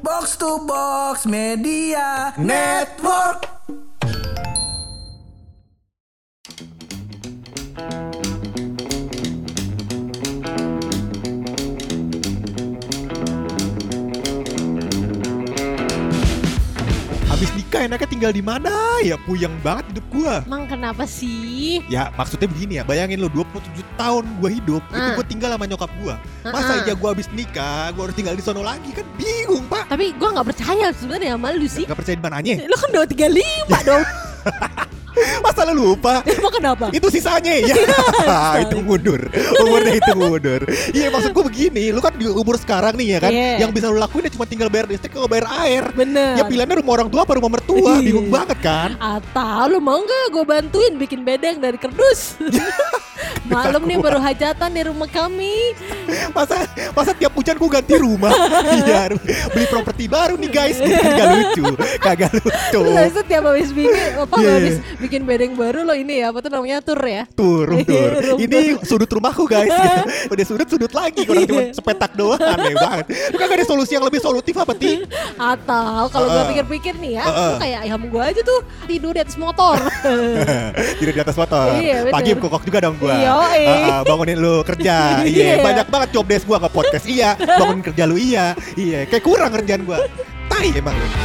Box to Box Media Network. Habis nikah enaknya tinggal di mana ya? Puyeng banget hidup gua. Emang kenapa sih? Ya maksudnya begini ya, bayangin lo 27 tahun gua hidup, itu gua tinggal sama nyokap gua. Masa aja gua habis nikah, gua harus tinggal di sono lagi, kan bingung pak. Tapi gue gak percaya sebenarnya sama lu sih. Gak percaya di mananya? Lu kan udah 35 dong. Masa lu lupa? Emang kenapa? Itu sisanya ya. Itu mundur. Umurnya itu mundur. Iya maksud gue begini, lu kan di umur sekarang nih ya kan, yang bisa lu lakuin ya cuma tinggal bayar listrik sama bayar air. Bener. Ya pilihannya rumah orang tua apa rumah mertua, bingung banget kan. Atau lu mau gak gue bantuin bikin bedeng dari kerdus? Malam nih baru hajatan di rumah kami. Masa tiap hujan gue ganti rumah. Iya, beli properti baru nih guys. Kagak lucu. Terus tiap habis habis bikin bedeng baru lo ini ya, apa tuh namanya, tur ya? Tur. Ini sudut rumahku guys. Udah sudut lagi, kurang cuma sepetak doang. Aneh banget. Lu kagak ada solusi yang lebih solutif apa ti? Atau kalau gue pikir-pikir nih ya, lu kayak ayam gue aja tuh tidur di atas motor. Tidur di atas motor. Iya, pagi kokok juga dong gue. Bangunin lu kerja. Iya, banyak banget job desk gue ke podcast. Iya, bangunin kerja lu. Iya, kayak kurang kerjaan gue. Tai emang lu.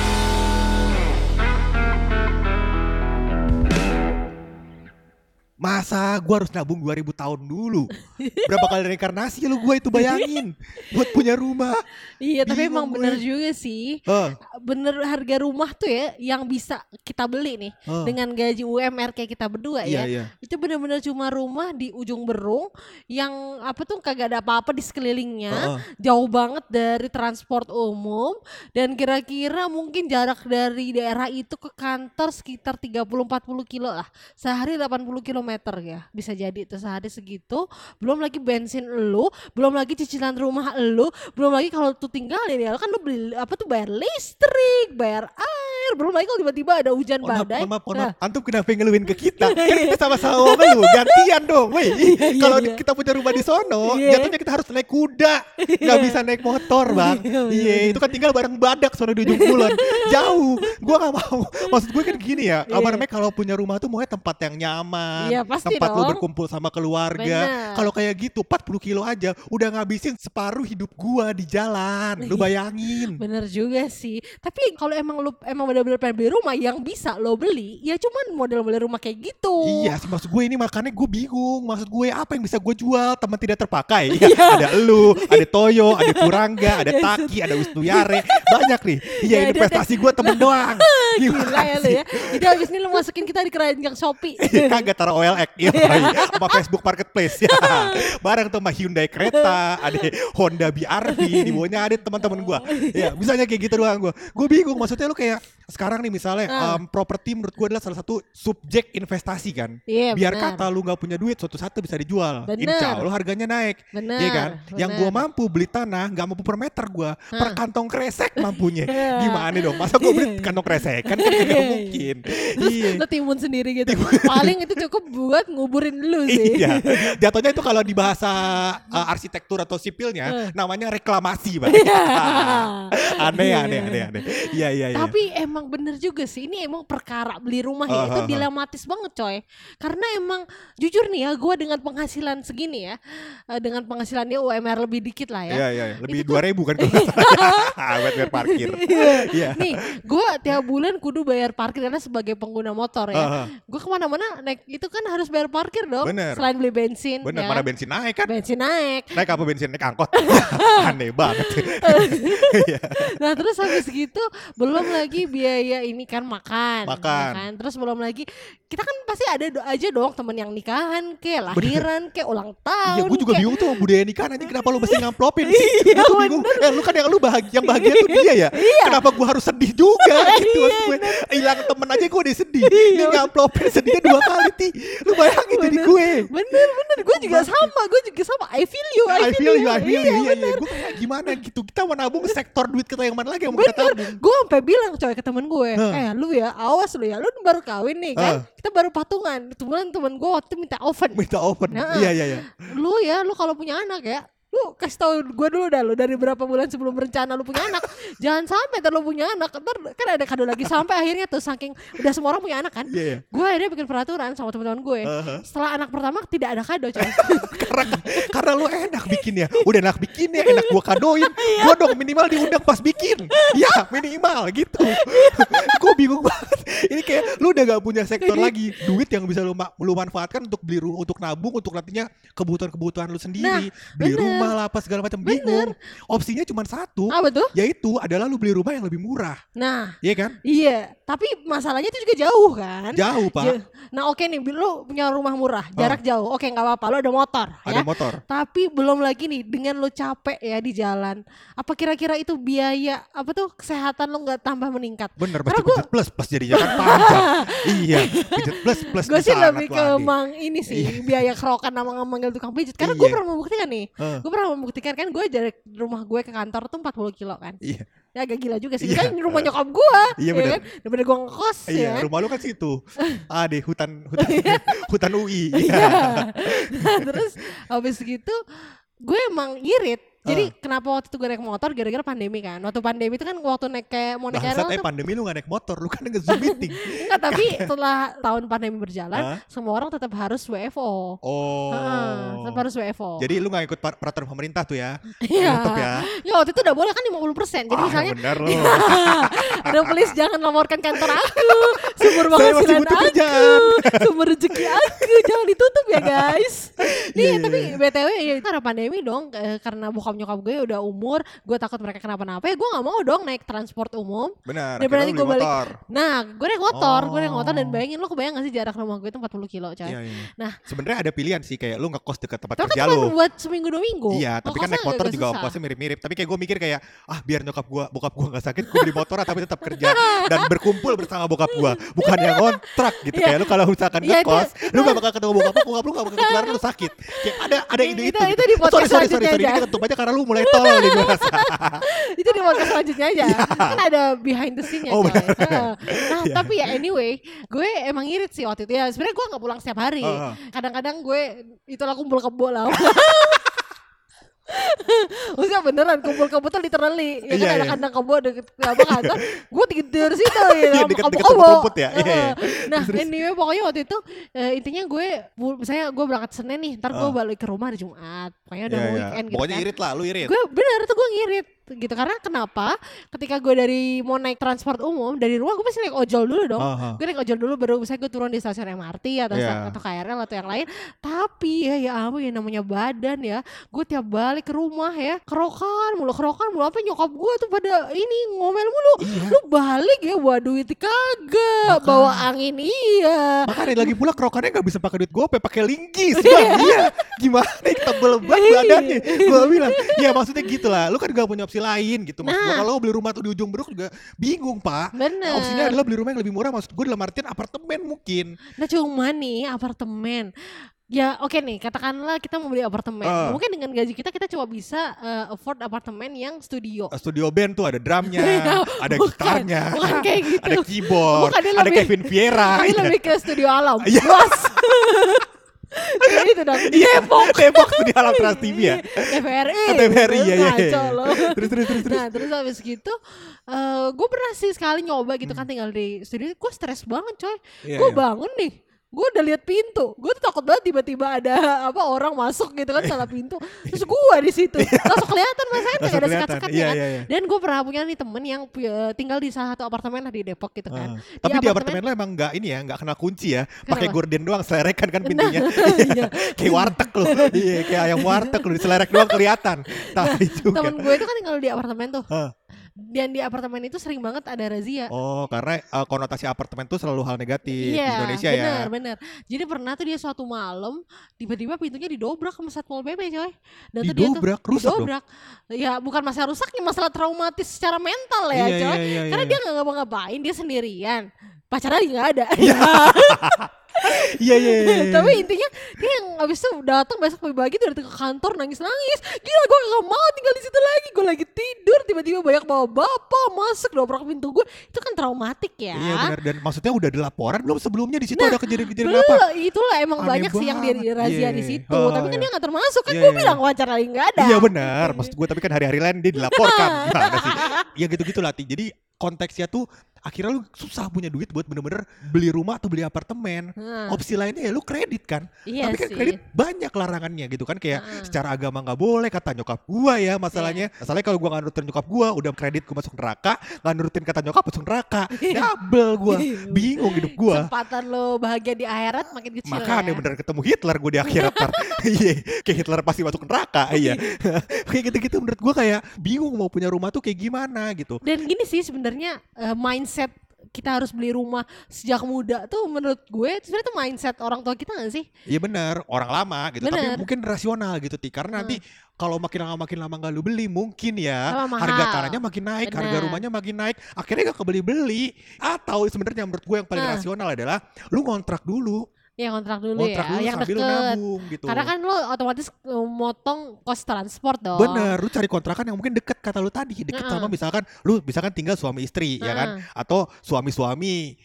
Masa gue harus nabung 2000 tahun dulu? Berapa kali reinkarnasi lu gue itu bayangin buat punya rumah. Iya, tapi Bingung emang gue. bener juga sih. Bener harga rumah tuh ya yang bisa kita beli nih dengan gaji UMR kayak kita berdua ya. Iya. Itu bener-bener cuma rumah di ujung Berung yang apa tuh kagak ada apa-apa di sekelilingnya, jauh banget dari transport umum, dan kira-kira mungkin jarak dari daerah itu ke kantor sekitar 30-40 kilo lah. Sehari 80 km ya, bisa jadi itu sehari segitu. Belum lagi bensin elu, belum lagi cicilan rumah elu, belum lagi kalau tuh tinggalin ya kan lu beli apa tuh, bayar listrik, bayar air, belum lagi kalau tiba-tiba ada hujan badai. Maaf. Antum kenapa ngeluhin ke kita? Kan kita sama-sama ngeluh, gantian dong. Kalau kita punya rumah di sono, jatuhnya kita harus naik kuda, nggak bisa naik motor bang. Iya, itu kan tinggal bareng badak sono di ujung kulon, jauh. Gua nggak mau. Maksud gue kan gini ya, apa namanya, kalau punya rumah tuh maunya tempat yang nyaman, pasti tempat lu dong. berkumpul sama keluarga. Kalau kayak gitu 40 kilo aja udah ngabisin separuh hidup gua di jalan. Lu bayangin. Bener juga sih. Tapi kalau lu benar-benar pengen beli rumah yang bisa lo beli, ya cuman model-model rumah kayak gitu. Iya sih, maksud gue ini makanya gue bingung. Maksud gue apa yang bisa gue jual teman tidak terpakai? Ya, ada elu, ada Toyo, ada Purangga, ada Taki, ada Wisnuyare, banyak nih. Iya, investasi gue temen doang. Gila ya lu ya. Jadi abis ini lu masukin kita di keranjang Shopee. Kagak taruh OLX sama Facebook Marketplace ya. Bareng tuh sama Hyundai Creta, ada Honda BR-V, di bawahnya ada teman-teman gue. Ya, misalnya kayak gitu doang gue. Gue bingung, maksudnya lu kayak sekarang nih misalnya properti menurut gue adalah salah satu subjek investasi kan. Iya, biar bener. kata lu gak punya duit, suatu saat tuh bisa dijual. Bener. Insya Allah harganya naik. Bener, Iya kan? bener. Yang gue mampu beli tanah gak mampu per meter gue, per kantong kresek mampunya. Gimana dong? Masa gue beli kantong kresek kan gak mungkin. Iya. Lo timun sendiri gitu. Paling itu cukup buat nguburin lu sih. Iya. Jatuhnya itu kalau di bahasa arsitektur atau sipilnya namanya reklamasi, Bang. Aneh. Iya. Tapi emang bener juga sih, ini emang perkara beli rumah ya, itu dilematis banget coy. Karena emang jujur nih ya, gue dengan penghasilan segini ya, dengan penghasilannya UMR lebih dikit lah ya. Iya. Lebih 2.000 kan buat bayar parkir. Iya. Nih, gue tiap bulan kudu bayar parkir karena sebagai pengguna motor ya. Gue kemana-mana naik itu kan harus bayar parkir dong. Bener. Selain beli bensin. Bener, ya. mana bensin naik kan? Bensin naik. Naik apa bensin? Naik angkot. Aneh banget. Nah terus habis gitu belum lagi biaya ini kan makan. Ya Makan. kan? Terus belum lagi kita kan pasti ada aja dong temen yang nikahan ke, lahiran ke, ulang tahun. Iya, gue juga bingung tuh sama budaya nikahan aja, kenapa lu mesti ngamplopin sih? Iya, Gue tuh bingung. Lu kan yang bahagia tuh dia ya. Kenapa gue harus sedih juga gitu? Gue hilang temen aja gue udah sedih. Ini ngamplopin sedihnya 2 kali ti. Lu bayangin jadi gue. Bener. Gue juga sama. I feel you. Iya. Gue kayak gimana gitu. Kita mau nabung sektor duit kita yang mana lagi yang mau kita tabung? Gue sampai bilang coy ke temen gue, lu ya awas lu ya, lu baru kawin nih kan, kita baru patungan. Temen gue waktu itu minta oven. Iya. Lu kalau punya anak ya, lu kasih tahu gue dulu dah lu dari berapa bulan sebelum berencana lu punya anak. Jangan sampai ntar lu punya anak, ntar kan ada kado lagi. Sampai akhirnya tuh saking udah semua orang punya anak kan, gue akhirnya bikin peraturan sama teman-teman gue. Setelah anak pertama tidak ada kado coy. karena lu enak bikinnya, udah enak bikinnya, enak gua kadoin, gua dong minimal diundang pas bikin, ya minimal gitu. Gue bingung banget. Ini kayak lu udah gak punya sektor lagi, duit yang bisa lu manfaatkan untuk beli untuk nabung, untuk nantinya kebutuhan lu sendiri, beli rumah lah apa segala macam. Bingung. Opsinya cuma satu, yaitu adalah lu beli rumah yang lebih murah. Nah, iya kan? Iya, tapi masalahnya itu juga jauh kan? Jauh pak. Nah oke nih, lu punya rumah murah, jarak jauh, oke nggak apa-apa, lu ada motor. Ada motor. Tapi belum lagi nih, dengan lu capek ya di jalan, apa kira-kira itu biaya apa tuh kesehatan lu nggak tambah meningkat? Bener, pasti pijet plus jadinya kan panjang. Iya, pijet plus. Gue sih lebih ke ini sih, biaya kerokan sama manggil tukang pijet. Karena gue pernah membuktikan nih, gue pernah membuktikan kan gue dari rumah gue ke kantor tuh 40 kilo kan. Iya. Ya agak gila juga sih, kan rumah nyokap gue. Iya bener. Kan? Daripada gue ngekos ya. Rumah lu kan situ. Deh hutan UI. Nah, terus habis gitu gue emang irit. Jadi kenapa waktu itu gue naik motor gara-gara pandemi kan. Waktu pandemi itu kan waktu naik kayak mau naik KRL tuh. Pandemi lu gak naik motor, lu kan nge-zoom meeting. Enggak, tapi setelah tahun pandemi berjalan, semua orang tetap harus WFO. Tetap harus WFO. Jadi lu gak ikut peraturan pemerintah tuh ya? Iya. Ya waktu itu udah boleh kan 50%. Jadi misalnya bener lo. Aduh please jangan laporkan kantor aku, sumber penghasilan aku, sumber rezeki aku, jangan ditutup ya guys. Nih tapi BTW ya karena pandemi dong, karena nyokap gue udah umur, gue takut mereka kenapa-napa ya gue nggak mau dong naik transport umum. Benar. Daripada nanti gue balik. Nah, gue naik motor dan bayangin lo kebayang nggak sih jarak rumah gue itu 40 kilo coy. Iya. Nah, sebenarnya ada pilihan sih kayak lu ngekos dekat tempat kerja kan lu. buat seminggu 2 minggu. Iya, tapi kan naik motor juga ongkosnya mirip-mirip. Tapi kayak gue mikir kayak biar bokap gue nggak sakit, gue beli motor tapi tetap kerja dan berkumpul bersama bokap gue, bukan yang kontrak gitu. Kayak lu kalau misalkan ngekos, lu nggak bakal ketemu bokap lu nggak bakal ketularan lu sakit. Kayak ada ide itu. Itu di podcast selanjutnya aja. Ini ketup aja karena lu mulai tol nih gue rasa. Itu di podcast selanjutnya aja. Kan ada behind the scene-nya coy. Nah, tapi ya anyway, gue emang irit sih waktu itu ya. Sebenarnya gue nggak pulang setiap hari. Kadang-kadang gue itulah kumpul kebo lah. Maksudnya beneran kumpul kebo tuh literally. Ya kan ada kandang kebo deket kantor. Gue tidur situ ya. Deket rumput ya. Nah anyway pokoknya waktu itu intinya gue misalnya gue berangkat Senin nih, ntar gue balik ke rumah hari Jumat. Pokoknya udah mau weekend gitu. Pokoknya irit lah, lu irit. Gue bener tuh gue ngirit gitu. Karena kenapa? Ketika gue mau naik transport umum dari rumah, gue pasti naik ojol dulu dong. Gue naik ojol dulu baru misalnya gue turun di stasiun MRT atau KRL atau yang lain. Tapi ya ampun ya namanya badan ya. Gue tiap balik ke rumah ya kerokan mulu apa nyokap gue tuh pada ini ngomel mulu. Lu balik ya bawa duit kagak, bawa angin makanya lagi pula kerokannya gak bisa pakai duit gope, pakai linggis. Iya gimana tebel banget badannya. Gue bilang ya maksudnya gitulah, lu kan gak punya opsi lain gitu. Maksud gue kalau beli rumah tuh di ujung Beruk juga bingung pak. Bener. Opsinya adalah beli rumah yang lebih murah, maksud gue dalam artian apartemen mungkin. Nah cuma nih apartemen ya oke nih, katakanlah kita mau beli apartemen. Mungkin dengan gaji kita coba bisa afford apartemen yang studio. Studio band tuh ada drumnya, ada gitarnya, bukan kayak gitu. Ada keyboard, ada Kevin Vieira. Ini lebih ke studio alam. Luas. Itu dong. Depok studio alam Trans TV ya. TVRI ya. Terus. Nah terus habis gitu gue pernah sih sekali nyoba gitu kan tinggal di studio. Gue stres banget coy. Gue bangun nih, gue udah lihat pintu, gue tuh takut banget tiba-tiba ada orang masuk gitu kan salah pintu, terus gue di situ langsung kelihatan masanya nggak ada sekat-sekatnya kan. Dan gue pernah punya nih temen yang tinggal di salah satu apartemen lah di Depok gitu kan. Tapi di apartemen lo emang nggak ini ya, nggak kena kunci ya, pakai gorden doang, selerekan kan pintunya. Kayak warteg lo, kayak ayam warteg lo, diselerek doang kelihatan. Temen gue itu kan tinggal di apartemen tuh. Dan di apartemen itu sering banget ada razia. Karena konotasi apartemen tuh selalu hal negatif di Indonesia ya. Bener. Jadi pernah tuh dia suatu malam tiba-tiba pintunya didobrak sama Satpol PP coy. Dan didobrak, rusak dong? Ya bukan masalah rusaknya, masalah traumatis secara mental ya coy. Karena dia gak ngapa-ngapain, dia sendirian. Pacarnya lagi gak ada. Iya iya. Tapi intinya dia yang abis itu datang besok pagi-pagi tuh datang ke kantor nangis-nangis. Gila gue gak mau tinggal di situ lagi. Gue lagi tidur tiba-tiba banyak bapak masuk dobrak pintu gue. Itu kan traumatik ya. Iya benar, dan maksudnya udah ada laporan belum sebelumnya di situ ada kejadian-kejadian belum, apa? itulah emang Aneh banyak sih yang banget. dirazia di Iya. situ. Oh, Tapi kan iya. dia gak termasuk kan Iya, gue iya. bilang wawancara lagi gak ada. Iya benar, maksud gue tapi kan hari-hari lain dia dilaporkan. Gimana sih? Ya gitu-gitu lah Ti. Jadi konteksnya tuh akhirnya lu susah punya duit buat bener-bener beli rumah atau beli apartemen. Opsi lainnya ya lu kredit kan. Iya Tapi kan sih. kredit banyak larangannya gitu kan. Kayak secara agama gak boleh kata nyokap gua ya masalahnya. Masalahnya kalau gua gak nurutin nyokap gua udah kredit gua masuk neraka. Gak nurutin kata nyokap masuk neraka. Double gua. Bingung hidup gua. Kesempatan lo bahagia di akhirat makin kecil Makanya ya. bener ketemu Hitler gue di akhirat ntar. Iya, kayak Hitler pasti masuk neraka. Iya. Kayak gitu-gitu menurut gue kayak bingung mau punya rumah tuh kayak gimana gitu. Dan gini sih sebenarnya mindset kita harus beli rumah sejak muda tuh menurut gue sebenarnya tuh mindset orang tua kita gak sih? Iya benar, orang lama gitu. Tapi Bener. mungkin rasional gitu Ti. Karena nanti kalau makin lama nggak lu beli mungkin ya Sama mahal. harga tanahnya makin naik, harga Bener. rumahnya makin naik. Akhirnya gak kebeli-beli. Atau sebenarnya menurut gue yang paling rasional adalah lu ngontrak dulu. Ya kontrak dulu Ngontrak ya, dulu yang sambil lu deket. nabung gitu. Karena kan lo otomatis motong kos transport dong. Bener, lu cari kontrakan yang mungkin deket kata lu tadi, deket sama misalkan lu misalkan tinggal suami istri ya kan, atau suami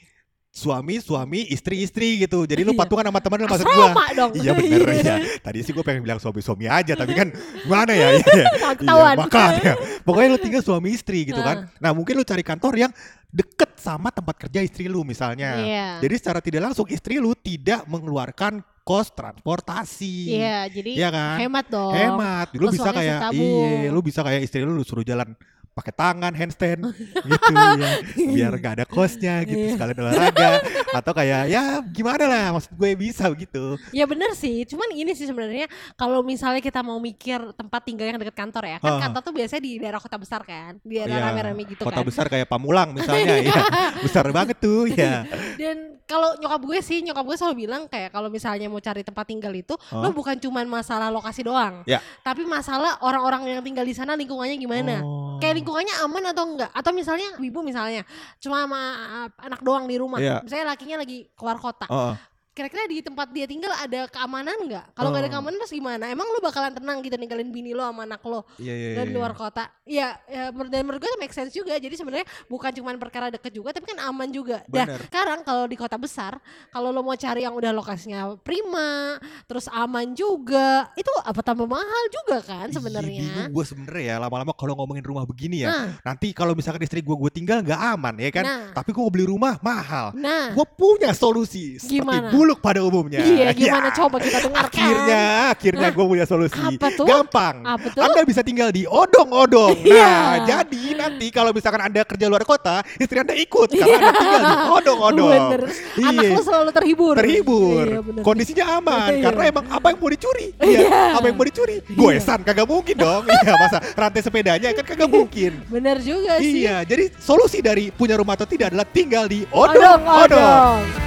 istri gitu. Jadi lu patungan sama teman lu maksud gua. Asrama dong. Iya bener ya. Tadi sih gue pengen bilang suami aja, tapi kan gimana ya? Iya, Ketahuan. makanya. Pokoknya lu tinggal suami istri gitu kan. Nah mungkin lu cari kantor yang deket sama tempat kerja istri lu misalnya. Iya. Jadi secara tidak langsung istri lu tidak mengeluarkan kos transportasi. Iya, jadi Iya kan? hemat dong. Hemat. Lu Terus bisa uangnya kayak ditabung. lu bisa kayak istri lu suruh jalan pakai tangan handstand gitu ya. Biar gak ada kosnya gitu sekalian olahraga atau kayak ya gimana lah maksud gue bisa gitu. Ya bener sih, cuman ini sih sebenarnya kalau misalnya kita mau mikir tempat tinggal yang dekat kantor ya, kan kantor tuh biasanya di daerah kota besar kan, di daerah rame-rame gitu Kota kan. besar kayak Pamulang misalnya ya. Besar banget tuh ya. Dan kalau nyokap gue selalu bilang kayak kalau misalnya mau cari tempat tinggal itu, lo bukan cuman masalah lokasi doang, Ya. tapi masalah orang-orang yang tinggal di sana lingkungannya gimana. Oh. Kayak lingkungannya aman atau enggak, atau misalnya ibu misalnya cuma sama anak doang di rumah, Iya. misalnya lakinya lagi keluar kota. Oh. Kira-kira di tempat dia tinggal ada keamanan nggak? Kalau nggak ada keamanan terus gimana? Emang lu bakalan tenang gitu ninggalin bini lo sama anak lo Iya. dan luar kota? Ya, dan menurut gue itu make sense juga. Jadi sebenarnya bukan cuma perkara deket juga, tapi kan aman juga. Nah, Bener. sekarang kalau di kota besar, kalau lo mau cari yang udah lokasinya prima, terus aman juga, itu apa tambah mahal juga kan Bingung sebenarnya? gue sebenarnya ya lama-lama kalau ngomongin rumah begini ya. Nah. Nanti kalau misalkan istri gue tinggal nggak aman ya kan. Nah. Tapi gue beli rumah mahal. Nah, Gue punya solusi seperti Gimana? buluk pada umumnya. iya gimana Ya. coba kita dengarkan? Akhirnya gue punya solusi. Apa tuh? Gampang. Apa tuh? Anda bisa tinggal di odong-odong. Iya. Nah, jadi nanti kalau misalkan Anda kerja luar kota, istri Anda ikut karena Anda tinggal di odong-odong. Bener. Anak Iya. lo selalu terhibur. Terhibur. Iya, bener. Kondisinya aman Iya. karena emang apa yang mau dicuri? Iya. Apa yang mau dicuri? Goesan kagak mungkin dong. Iya, masa rantai sepedanya kan kagak mungkin. Bener juga sih. Iya, jadi solusi dari punya rumah atau tidak adalah tinggal di Odong-odong. odong-odong.